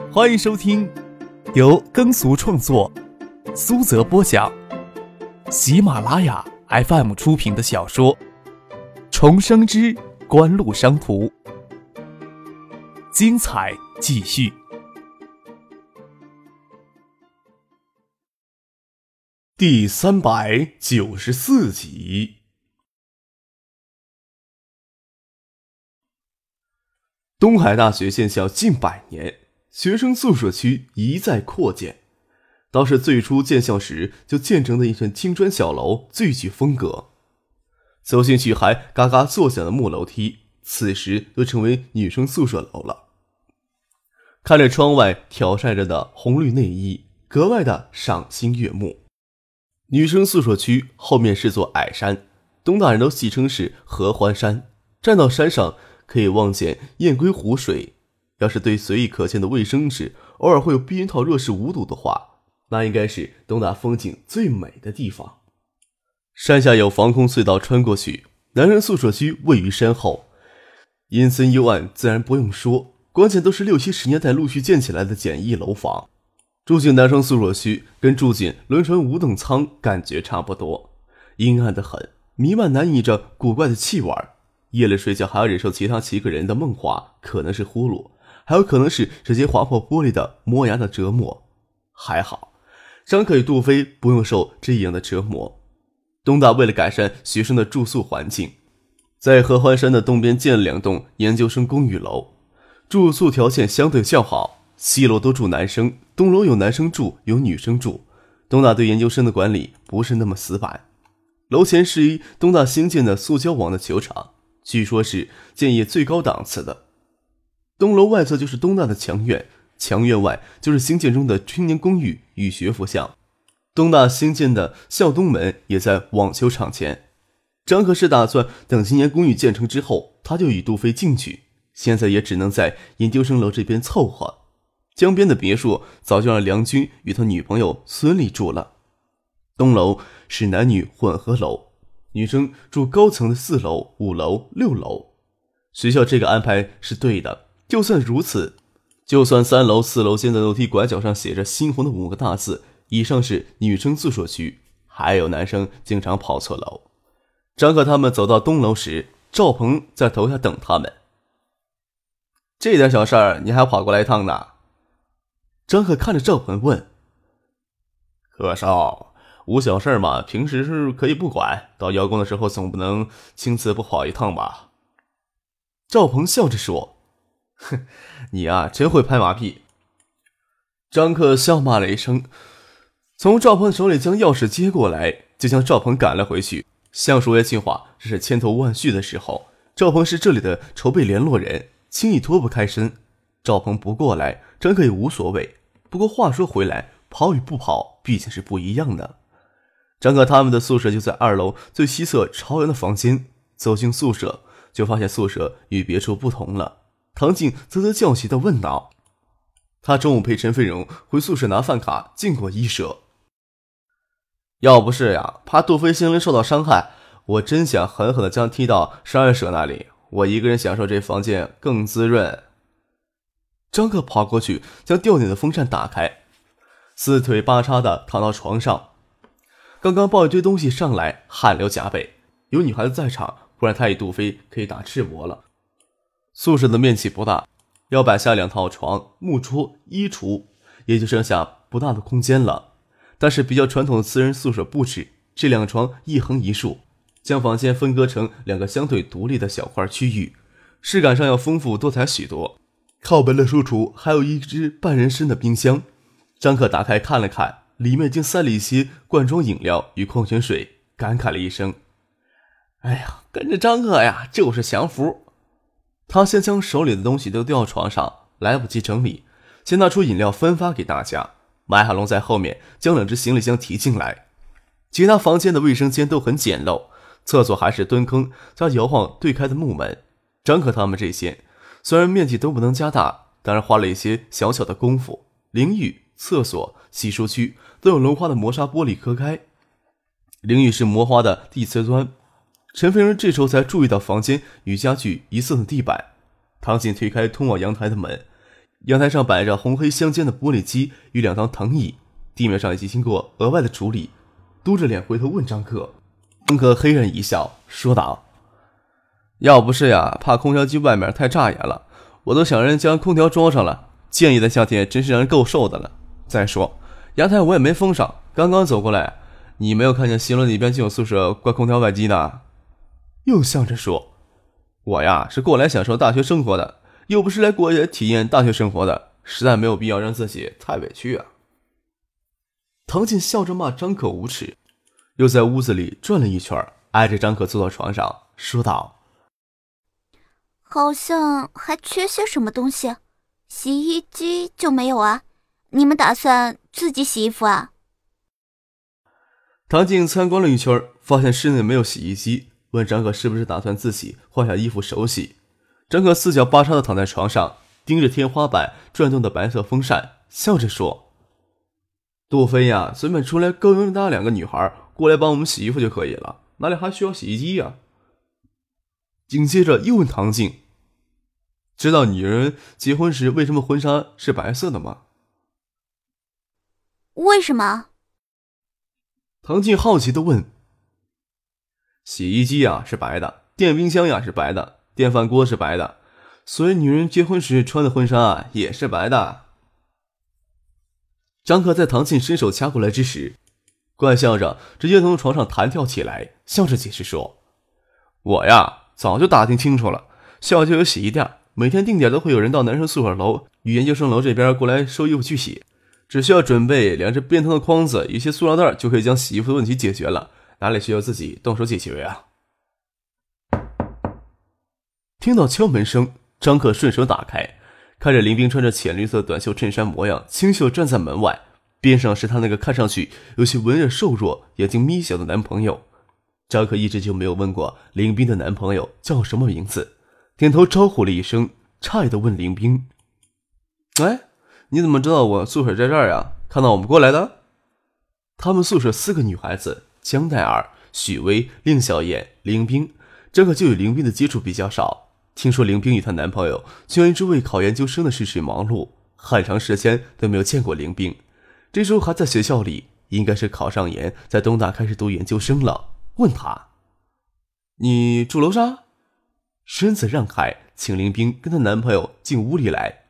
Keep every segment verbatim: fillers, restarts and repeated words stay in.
欢迎收听由耕俗创作、苏泽播讲、喜马拉雅 F M 出品的小说《重生之官路商途》，精彩继续。 第三百九十四集。东海大学建校近百年，学生宿舍区一再扩建，倒是最初建校时就建成的一片青砖小楼最具风格。走进去还嘎嘎作响的木楼梯，此时都成为女生宿舍楼了。看着窗外挑晒着的红绿内衣，格外的赏心悦目。女生宿舍区后面是座矮山，东大人都戏称是合欢山，站到山上可以望见雁归湖水。要是对随意可见的卫生纸偶尔会有避孕套若是无睹的话，那应该是东大风景最美的地方。山下有防空隧道穿过去，男生宿舍区位于山后，阴森幽暗自然不用说，关键都是六七十年代陆续建起来的简易楼房。住进男生宿舍区跟住进轮船五等舱感觉差不多，阴暗得很，弥漫难以着古怪的气味。夜里睡觉还要忍受其他七个人的梦话，可能是呼噜，还有可能是直接划破玻璃的磨牙的折磨。还好张可与杜飞不用受这样的折磨。东大为了改善学生的住宿环境，在合欢山的东边建了两栋研究生公寓楼，住宿条件相对较好，西楼都住男生，东楼有男生住有女生住。东大对研究生的管理不是那么死板。楼前是一东大新建的塑胶网的球场，据说是建业最高档次的。东楼外侧就是东大的强院，强院外就是新建中的青年公寓与学府巷。东大新建的校东门也在网球场前。张可是打算等青年公寓建成之后，他就与杜飞进去，现在也只能在研究生楼这边凑合。江边的别墅早就让梁军与他女朋友孙俪住了。东楼是男女混合楼，女生住高层的四楼、五楼、六楼。学校这个安排是对的，就算如此，就算三楼、四楼间的楼梯拐角上写着猩红的五个大字，以上是女生宿舍区，还有男生经常跑错楼。张可他们走到东楼时，赵鹏在楼下等他们。这点小事儿你还跑过来一趟呢？张可看着赵鹏问。可少，无小事嘛，平时是可以不管，到邀功的时候总不能亲自不跑一趟吧？赵鹏笑着说。哼，你啊真会拍马屁。张克笑骂了一声，从赵鹏手里将钥匙接过来，就将赵鹏赶了回去。像说一句话，这是千头万绪的时候，赵鹏是这里的筹备联络人，轻易脱不开身。赵鹏不过来，张克也无所谓。不过话说回来，跑与不跑毕竟是不一样的。张克他们的宿舍就在二楼最西侧朝阳的房间，走进宿舍就发现宿舍与别处不同了。唐静啧啧叫起的问道，他中午陪陈飞荣回宿舍拿饭卡进过一舍。要不是呀，怕杜飞心灵受到伤害，我真想狠狠地将他踢到十二舍那里，我一个人享受这房间更滋润。张克跑过去将吊顶的风扇打开，四腿八叉的躺到床上，刚刚抱一堆东西上来，汗流浃背。有女孩子在场，不然他与杜飞可以打赤膊了。宿舍的面积不大，要摆下两套床、木桌、衣橱，也就剩下不大的空间了。但是比较传统的私人宿舍布置，这两个床一横一竖，将房间分割成两个相对独立的小块区域，视感上要丰富多彩许多。靠北的书橱还有一只半人深的冰箱，张克打开看了看，里面竟塞了一些罐装饮料与矿泉水，感慨了一声：哎呀，跟着张克呀就是享福。他先将手里的东西都丢到床上，来不及整理，先拿出饮料分发给大家。麦海龙在后面将两只行李箱提进来。其他房间的卫生间都很简陋，厕所还是蹲坑加摇晃对开的木门。张克他们这些虽然面积都不能加大，当然花了一些小小的功夫，淋浴、厕所、洗漱区都有龙花的磨砂玻璃隔开。淋浴是磨花的地瓷砖。陈飞荣这时候才注意到房间与家具一色的地板。唐静推开通往阳台的门， 阳台上摆着红黑相间的玻璃机与两张藤椅，地面上已经经过额外的处理。嘟着脸回头问张克，张克嘿然一笑，说道：“要不是呀，怕空调机外面太扎眼了，我都想人将空调装上了。建议的夏天真是让人够受的了。再说，阳台我也没封上，刚刚走过来，你没有看见西楼那边就有宿舍挂空调外机的？”又笑着说：“我呀，是过来享受大学生活的，又不是来过夜体验大学生活的，实在没有必要让自己太委屈啊。”唐静笑着骂张可无耻，又在屋子里转了一圈，挨着张可坐到床上，说道：“ 好像还缺些什么东西，洗衣机就没有啊？你们打算自己洗衣服啊？” 唐静参观了一圈，发现室内没有洗衣机，问张可是不是打算自己换下衣服手洗。张可四脚八叉的躺在床上，盯着天花板转动的白色风扇，笑着说：“杜飞呀，随便出来勾引大两个女孩过来帮我们洗衣服就可以了，哪里还需要洗衣机呀？”紧接着又问唐静：“知道女人结婚时为什么婚纱是白色的吗？”“ 为什么？” 唐静好奇地问。“洗衣机呀是白的，电冰箱呀是白的，电饭锅是白的，所以女人结婚时穿的婚纱也是白的。”张可在唐静伸手掐过来之时，怪笑着直接从床上弹跳起来，笑着解释说：“我呀早就打听清楚了，校就有洗衣店，每天定点都会有人到男生宿舍楼与研究生楼这边过来收衣服去洗，只需要准备两只便藤的筐子，一些塑料袋就可以将洗衣服的问题解决了，哪里需要自己动手解决啊？”听到敲门声，张可顺手打开，看着林冰穿着浅绿色短袖衬衫模样清秀站在门外，边上是他那个看上去有些文弱瘦弱眼睛眯小的男朋友。张可一直就没有问过林冰的男朋友叫什么名字，点头招呼了一声，诧异地问林冰：“哎，你怎么知道我宿舍在这儿呀？看到我们过来的？”他们宿舍四个女孩子，江黛儿、许薇、令小燕、林冰，张可就与林冰的接触比较少。听说林冰与她男朋友居然因为考研究生的事情忙碌，很长时间都没有见过林冰。这时候还在学校里，应该是考上研，在东大开始读研究生了。问他：“你住楼上？”身子让开，请林冰跟她男朋友进屋里来。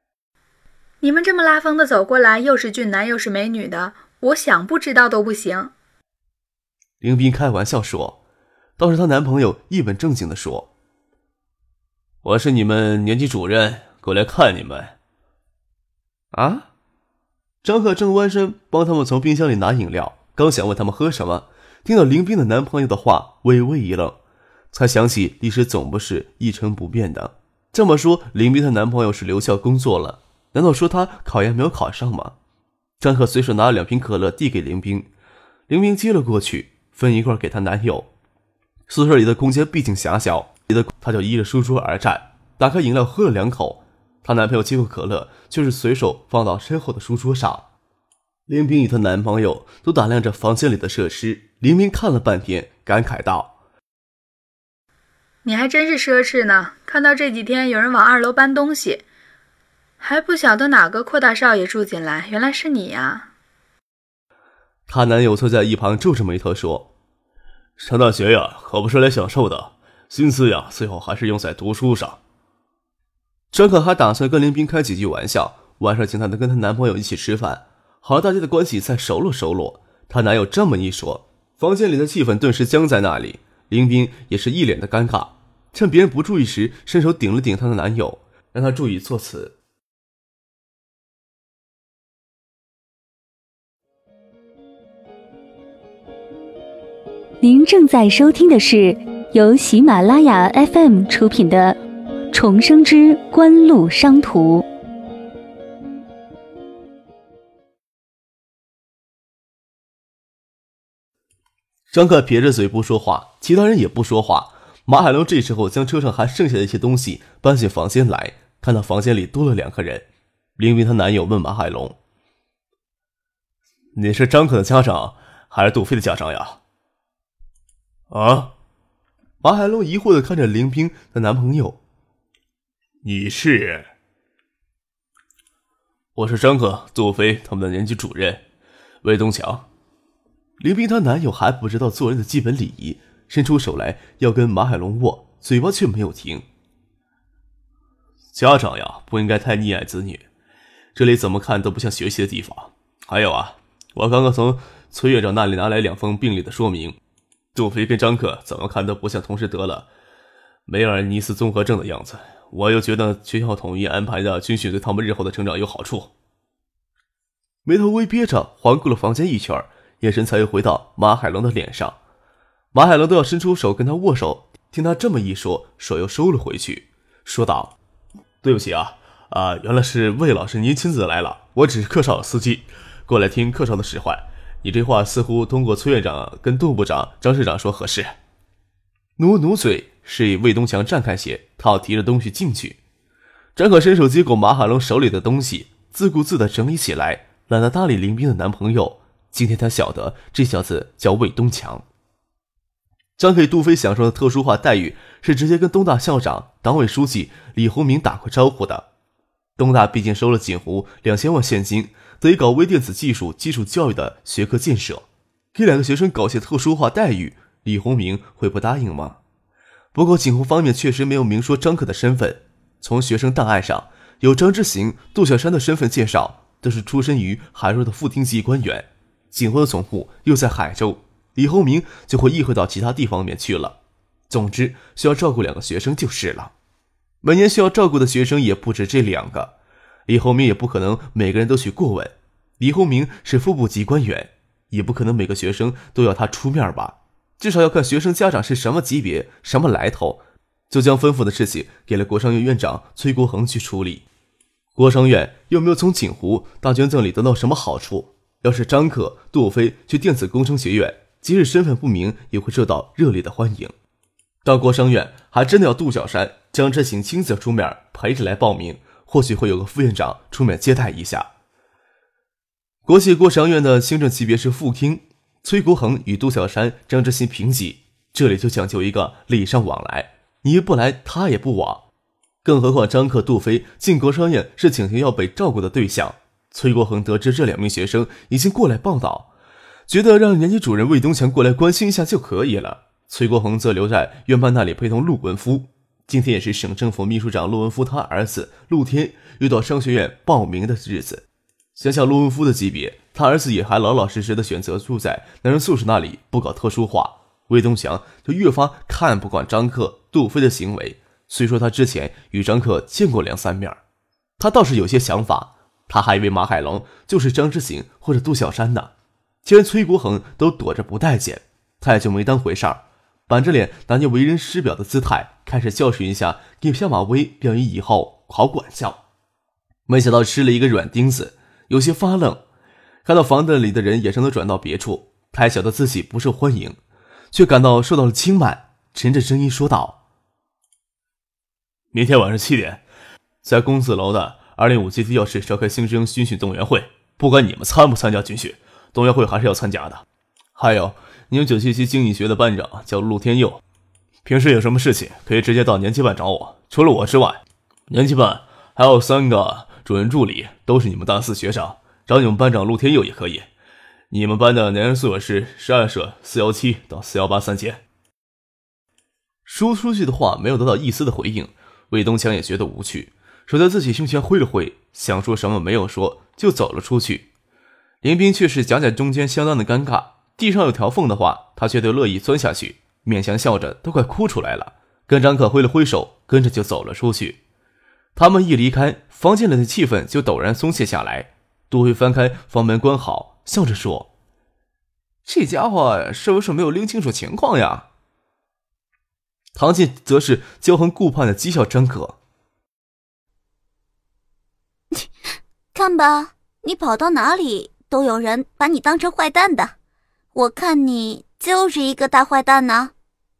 “你们这么拉风的走过来，又是俊男又是美女的，我想不知道都不行。” 林冰开玩笑说，倒是她男朋友一本正经地说：“我是你们年级主任，过来看你们。”啊？张可正弯身帮他们从冰箱里拿饮料，刚想问他们喝什么，听到林冰的男朋友的话，微微一愣，才想起历史总不是一成不变的。这么说，林冰的男朋友是留校工作了，难道说他考研没有考上吗？张可随手拿了两瓶可乐递给林冰，林冰接了过去，分一罐给她男友。宿舍里的空间毕竟狭小，她就依着书桌而站，打开饮料喝了两口。她男朋友接过可乐，就是随手放到身后的书桌上。林冰与她男朋友都打量着房间里的设施，林冰看了半天，感慨道：“ 你还真是奢侈呢，看到这几天有人往二楼搬东西，还不晓得哪个阔大少爷住进来，原来是你呀。” 她男友坐在一旁皱着眉头说：“上大学呀，可不是来享受的，心思呀，最后还是用在读书上。”张可还打算跟林冰开几句玩笑，晚上请她跟她男朋友一起吃饭，好让大家的关系再熟络熟络。她男友这么一说，房间里的气氛顿时僵在那里。林冰也是一脸的尴尬，趁别人不注意时，伸手顶了顶她的男友，让他注意措辞。 您正在收听的是由喜马拉雅 F M 出品的《重生之官路商途》。 张可撇着嘴不说话，其他人也不说话。马海龙这时候将车上还剩下的一些东西搬进房间来，看到房间里多了两个人。林冰她男友问马海龙：“你是张可的家长还是杜飞的家长呀？”啊！马海龙疑惑地看着林冰的男朋友：“你是？” 我是张克、杜飞他们的年级主任魏东强。林冰她男友还不知道做人的基本礼仪，伸出手来要跟马海龙握，嘴巴却没有停。家长呀，不应该太溺爱子女，这里怎么看都不像学习的地方。还有啊，我刚刚从崔院长那里拿来两封病历的说明，杜飞跟张克怎么看都不像同时得了梅尔尼斯综合症的样子，我又觉得学校统一安排的军训对他们日后的成长有好处。眉头微憋着，环顾了房间一圈，眼神才又回到马海龙的脸上。马海龙都要伸出手跟他握手，听他这么一说，手又收了回去，说道：对不起啊，啊、呃，原来是魏老师您亲自来了，我只是客少司机，过来听客少的使唤。你这话似乎通过崔院长跟杜部长、张市长说合适。努努嘴，示意魏东强站开些，他要提着东西进去。张可伸手接过马海龙手里的东西，自顾自地整理起来，懒得搭理林冰的男朋友。今天他晓得这小子叫魏东强。张给杜飞享受的特殊化待遇是直接跟东大校长、党委书记李洪明打过招呼的。东大毕竟收了锦湖两千万现金，得搞微电子技术基础教育的学科建设，给两个学生搞些特殊化待遇，李洪明会不答应吗？不过锦湖方面确实没有明说张可的身份，从学生档案上有张之行、杜小山的身份介绍，都是出身于海州的副厅级官员，锦湖的总部又在海州，李洪明就会议会到其他地方面去了。总之需要照顾两个学生就是了，每年需要照顾的学生也不止这两个，李洪明也不可能每个人都去过问。李洪明是副部级官员，也不可能每个学生都要他出面吧，至少要看学生家长是什么级别、什么来头，就将吩咐的事情给了国商院院长崔国恒去处理。国商院又没有从锦湖大捐赠里得到什么好处，要是张可、杜飞去电子工程学院，即使身份不明也会受到热烈的欢迎。到国商院还真的要杜小山、张之行亲自出面陪着来报名，或许会有个副院长出面接待一下。国企国商院的行政级别是副厅，崔国恒与杜小山、张之行平级，这里就讲究一个礼尚往来，你不来他也不往。更何况张克、杜飞进国商院是请求要被照顾的对象，崔国恒得知这两名学生已经过来报道，觉得让年级主任魏东强过来关心一下就可以了。崔国恒则留在院办那里陪同陆文夫，今天也是省政府秘书长陆文夫他儿子陆天又到商学院报名的日子。想想陆文夫的级别，他儿子也还老老实实的选择住在男人宿舍那里，不搞特殊化，魏东强就越发看不惯张克、杜飞的行为。虽说他之前与张克见过两三面，他倒是有些想法，他还以为马海龙就是张之行或者杜小山呢。既然崔国恒都躲着不待见，他也就没当回事儿，板着脸拿捏为人师表的姿态，开始教训一下给小马威，便于以后好管教。没想到吃了一个软钉子，有些发愣，看到房子里的人眼神都转到别处，他还晓得自己不受欢迎，却感到受到了轻慢，沉着声音说道：明天晚上七点，在公子楼的二零五基地教室召开新生军训动员会，不管你们参不参加军训，动员会还是要参加的。还有，你们九七期经济学的班长叫陆天佑，平时有什么事情可以直接到年级办找我，除了我之外，年级办还有三个主任助理都是你们大四学长，找你们班长陆天佑也可以。你们班的男人宿舍是十二舍四一七到四一八三间。说出去的话没有得到一丝的回应，魏东强也觉得无趣，手在自己胸前挥了挥，想说什么没有说，就走了出去。林斌却是夹在中间相当的尴尬，地上有条缝的话，他绝对乐意钻下去，勉强笑着都快哭出来了，跟张可挥了挥手，跟着就走了出去。他们一离开，房间里的气氛就陡然松懈下来。杜辉翻开房门关好，笑着说：这家伙是不是没有拎清楚情况呀？唐进则是骄横顾盼的讥笑张可： 看吧，你跑到哪里都有人把你当成坏蛋的，我看你就是一个大坏蛋呢。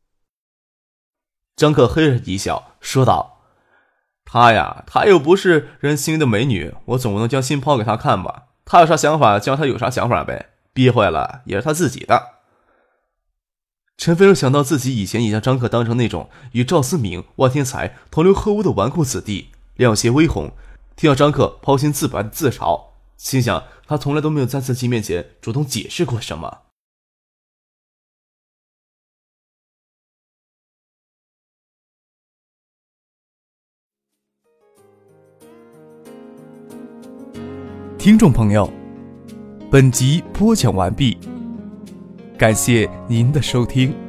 张可嘿然一笑，说道：她呀，她又不是人心的美女，我总不能将心抛给她看吧，她有啥想法将她有啥想法呗，憋坏了也是她自己的。陈飞荣想到自己以前也将张可当成那种与赵思明、万天才同流合污的纨绔子弟，两胁微红， 听到张克抛心自白的自嘲，心想他从来都没有在自己面前主动解释过什么。 听众朋友，本集播讲完毕，感谢您的收听。